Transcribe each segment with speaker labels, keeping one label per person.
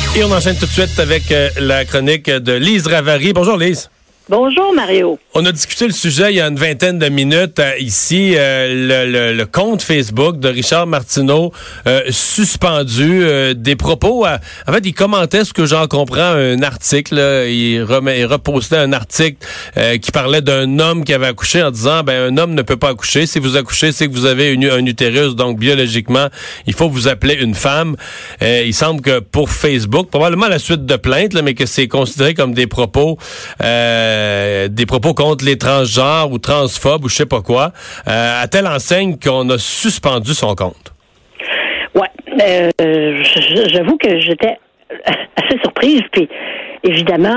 Speaker 1: Et on enchaîne tout de suite avec la chronique de Lise Ravary. Bonjour Lise.
Speaker 2: Bonjour Mario.
Speaker 1: On a discuté le sujet il y a une vingtaine de minutes ici, le compte Facebook de Richard Martineau suspendu, des propos. En fait, il commentait, ce que j'en comprends, un article. Là, il repostait un article qui parlait d'un homme qui avait accouché en disant, un homme ne peut pas accoucher. Si vous accouchez, c'est que vous avez un utérus, donc biologiquement, il faut vous appeler une femme. Il semble que pour Facebook, probablement à la suite de plaintes, là, mais que c'est considéré comme des propos contre les transgenres ou transphobes ou je sais pas quoi, à telle enseigne qu'on a suspendu son compte.
Speaker 2: Ouais, j'avoue que j'étais assez surprise, puis évidemment,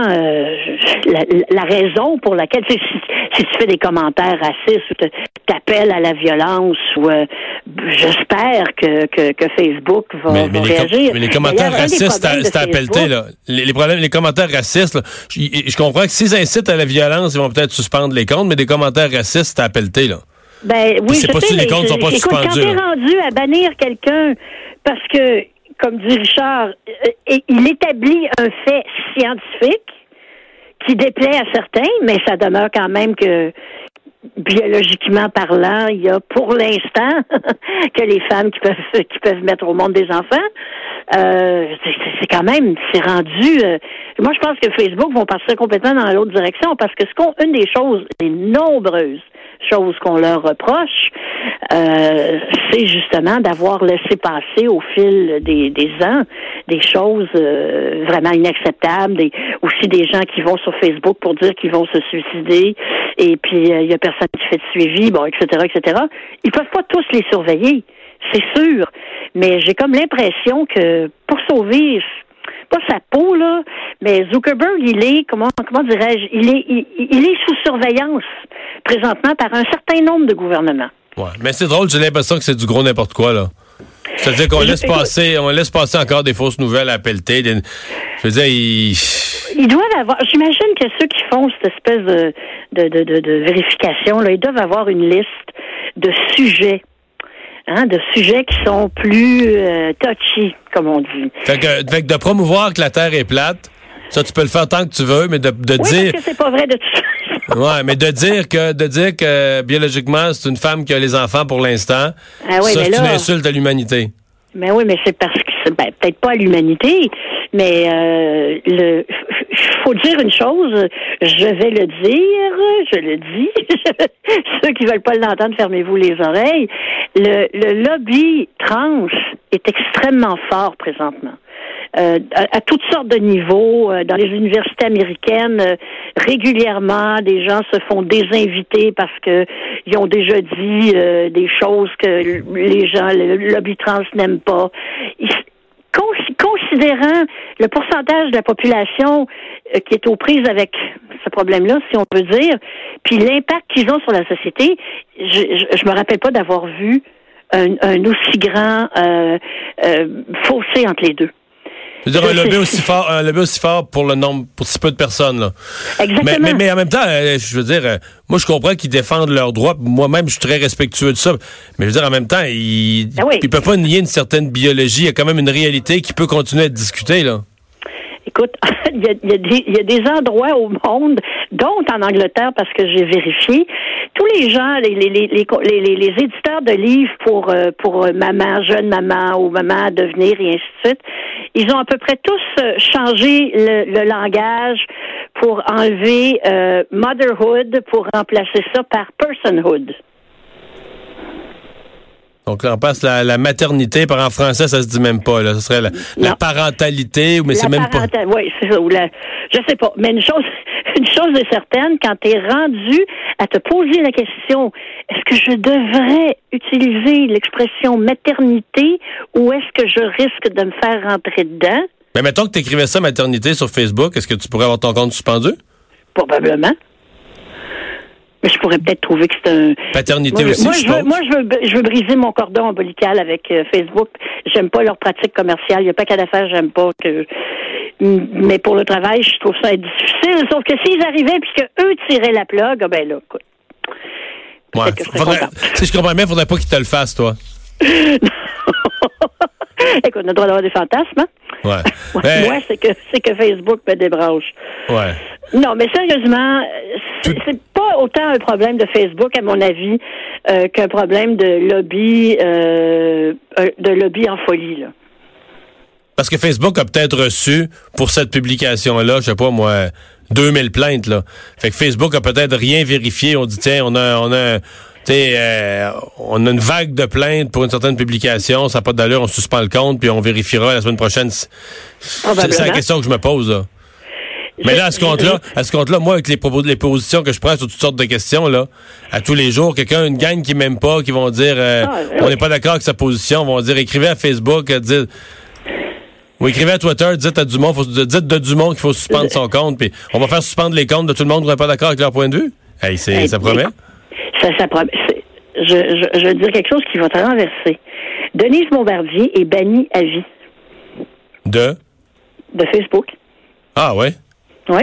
Speaker 2: la raison pour laquelle, si tu fais des commentaires racistes ou t'appelles à la violence, ou j'espère que Facebook va réagir.
Speaker 1: Mais les commentaires racistes, c'est à pelleter, là. Les commentaires racistes, là, je comprends que s'ils incitent à la violence, ils vont peut-être suspendre les comptes, mais des commentaires racistes, c'est à pelleter, là.
Speaker 2: Ben oui,
Speaker 1: c'est pas si les comptes sont pas suspendus.
Speaker 2: Quand t'es rendu à bannir quelqu'un parce que, comme dit Richard, il établit un fait scientifique qui déplaît à certains, mais ça demeure quand même que, biologiquement parlant, il y a pour l'instant que les femmes qui peuvent mettre au monde des enfants. C'est quand même, c'est rendu. Moi, je pense que Facebook vont partir complètement dans l'autre direction parce que une des choses, des nombreuses choses qu'on leur reproche, c'est justement d'avoir laissé passer au fil des ans des choses vraiment inacceptables, aussi des gens qui vont sur Facebook pour dire qu'ils vont se suicider, et puis il y a personne qui fait de suivi, etc. Ils peuvent pas tous les surveiller, c'est sûr, mais j'ai comme l'impression que pour sauver pas sa peau, là, mais Zuckerberg, il est, comment dirais-je, il est sous surveillance présentement par un certain nombre de gouvernements. Ouais,
Speaker 1: mais c'est drôle, j'ai l'impression que c'est du gros n'importe quoi, là. C'est-à-dire qu'on laisse passer encore des fausses nouvelles à pelleter. Je veux dire,
Speaker 2: ils doivent avoir, j'imagine que ceux qui font cette espèce de vérification, là, ils doivent avoir une liste de sujets. De sujets qui sont plus touchy, comme on dit.
Speaker 1: Fait que de promouvoir que la Terre est plate, ça tu peux le faire tant que tu veux, mais de dire...
Speaker 2: Oui, parce que c'est pas vrai de toute façon.
Speaker 1: Ouais, mais de dire que biologiquement, c'est une femme qui a les enfants pour l'instant, ça c'est une insulte à l'humanité.
Speaker 2: Mais oui, mais c'est parce que peut-être pas à l'humanité, mais faut dire une chose, je vais le dire, je le dis, ceux qui veulent pas l'entendre, fermez-vous les oreilles. Le lobby trans est extrêmement fort présentement. À toutes sortes de niveaux, dans les universités américaines, régulièrement, des gens se font désinviter parce que ils ont déjà dit des choses que les gens, le lobby trans n'aime pas. Considérant le pourcentage de la population qui est aux prises avec ce problème-là, si on peut dire, puis l'impact qu'ils ont sur la société, je me rappelle pas d'avoir vu un aussi grand fossé entre les deux.
Speaker 1: C'est-à-dire un lobby aussi fort pour le nombre, pour si peu de personnes, là.
Speaker 2: Exactement.
Speaker 1: Mais en même temps, je veux dire, moi je comprends qu'ils défendent leurs droits. Moi-même, je suis très respectueux de ça. Mais je veux dire, en même temps, ils peuvent pas nier une certaine biologie. Il y a quand même une réalité qui peut continuer à être discutée, là.
Speaker 2: Écoute, il y a des endroits au monde, dont en Angleterre, parce que j'ai vérifié, tous les gens, les éditeurs de livres pour maman, jeune maman ou maman à devenir et ainsi de suite, ils ont à peu près tous changé le langage pour enlever motherhood pour remplacer ça par personhood.
Speaker 1: Donc là, on passe la maternité, par en français, ça se dit même pas, là. Ce serait la parentalité, mais c'est même pas...
Speaker 2: Oui, c'est ça. Je sais pas. Mais une chose est certaine, quand tu es rendu à te poser la question, est-ce que je devrais utiliser l'expression maternité ou est-ce que je risque de me faire rentrer dedans?
Speaker 1: Mais mettons que tu écrivais ça, maternité, sur Facebook, est-ce que tu pourrais avoir ton compte suspendu?
Speaker 2: Probablement. Mais je pourrais peut-être trouver que c'est un...
Speaker 1: Paternité aussi,
Speaker 2: je veux briser mon cordon ombilical avec Facebook. J'aime pas leur pratique commerciale. Il n'y a pas qu'à l'affaire, j'aime pas que... Mais pour le travail, je trouve ça difficile. Sauf que s'ils arrivaient puis qu'eux tiraient la plug, ben là, écoute...
Speaker 1: Ouais, si je comprends bien, il faudrait pas qu'ils te le fassent, toi.
Speaker 2: Écoute, on a le droit d'avoir des fantasmes, hein?
Speaker 1: Ouais.
Speaker 2: Moi, c'est que Facebook me débranche.
Speaker 1: Ouais.
Speaker 2: Non, mais sérieusement, c'est pas autant un problème de Facebook, à mon avis, qu'un problème de lobby en folie, là.
Speaker 1: Parce que Facebook a peut-être reçu, pour cette publication-là, je sais pas moi, 2000 plaintes, là. Fait que Facebook a peut-être rien vérifié. On dit, tiens, on a une vague de plaintes pour une certaine publication, ça n'a pas d'allure, on suspend le compte, puis on vérifiera la semaine prochaine. C'est la question que je me pose, là. Mais là, à ce compte-là, moi, avec les positions que je prends sur toutes sortes de questions, là, à tous les jours, une gang qui m'aime pas, qui vont dire, on n'est pas d'accord avec sa position, vont dire, écrivez à Facebook, ou écrivez à Twitter, dites à Dumont, dites de Dumont qu'il faut suspendre son compte, puis on va faire suspendre les comptes de tout le monde qui n'est pas d'accord avec leur point de vue. Hey, ça promet?
Speaker 2: Ça promet. Je veux dire quelque chose qui va te renverser. Denise Bombardier est bannie à vie.
Speaker 1: De
Speaker 2: Facebook.
Speaker 1: Ah, ouais?
Speaker 2: Oui.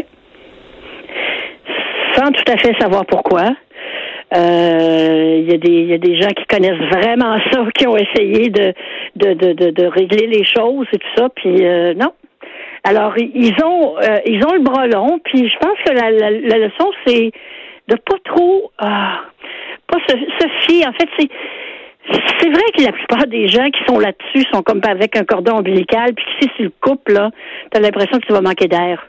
Speaker 2: Sans tout à fait savoir pourquoi. Il y a des gens qui connaissent vraiment ça, qui ont essayé de régler les choses et tout ça, puis non. Alors ils ont le bras long, puis je pense que la leçon c'est de pas trop pas se fier. En fait, c'est vrai que la plupart des gens qui sont là-dessus sont comme avec un cordon ombilical, puis si tu le coupes là, t'as l'impression que tu vas manquer d'air.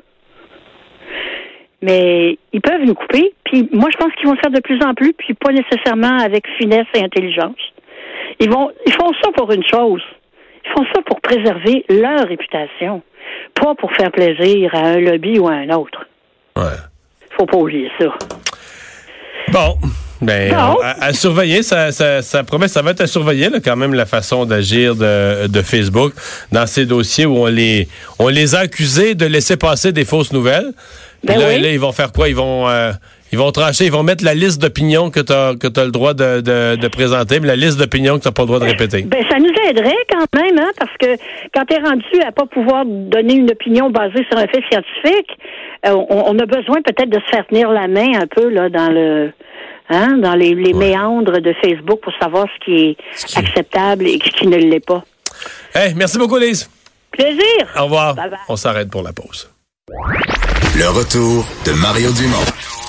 Speaker 2: Mais ils peuvent nous couper, puis moi je pense qu'ils vont le faire de plus en plus, puis pas nécessairement avec finesse et intelligence. Ils font ça pour une chose. Ils font ça pour préserver leur réputation, pas pour faire plaisir à un lobby ou à un autre.
Speaker 1: Ouais.
Speaker 2: Faut pas oublier ça.
Speaker 1: Bon. Ben, à surveiller, ça promet, ça va être à surveiller là, quand même la façon d'agir de Facebook dans ces dossiers où on les a accusés de laisser passer des fausses nouvelles. Puis là, ils vont faire quoi? Ils vont trancher, ils vont mettre la liste d'opinions que t'as le droit de présenter, mais la liste d'opinions que t'as pas le droit de répéter.
Speaker 2: Ben ça nous aiderait quand même, hein, parce que quand t'es rendu à pas pouvoir donner une opinion basée sur un fait scientifique, on a besoin peut-être de se faire tenir la main un peu là dans les méandres de Facebook pour savoir ce qui est acceptable et ce qui ne l'est pas.
Speaker 1: Hey, merci beaucoup, Lise.
Speaker 2: Plaisir.
Speaker 1: Au revoir.
Speaker 2: Bye bye.
Speaker 1: On s'arrête pour la pause.
Speaker 3: Le retour de Mario Dumont.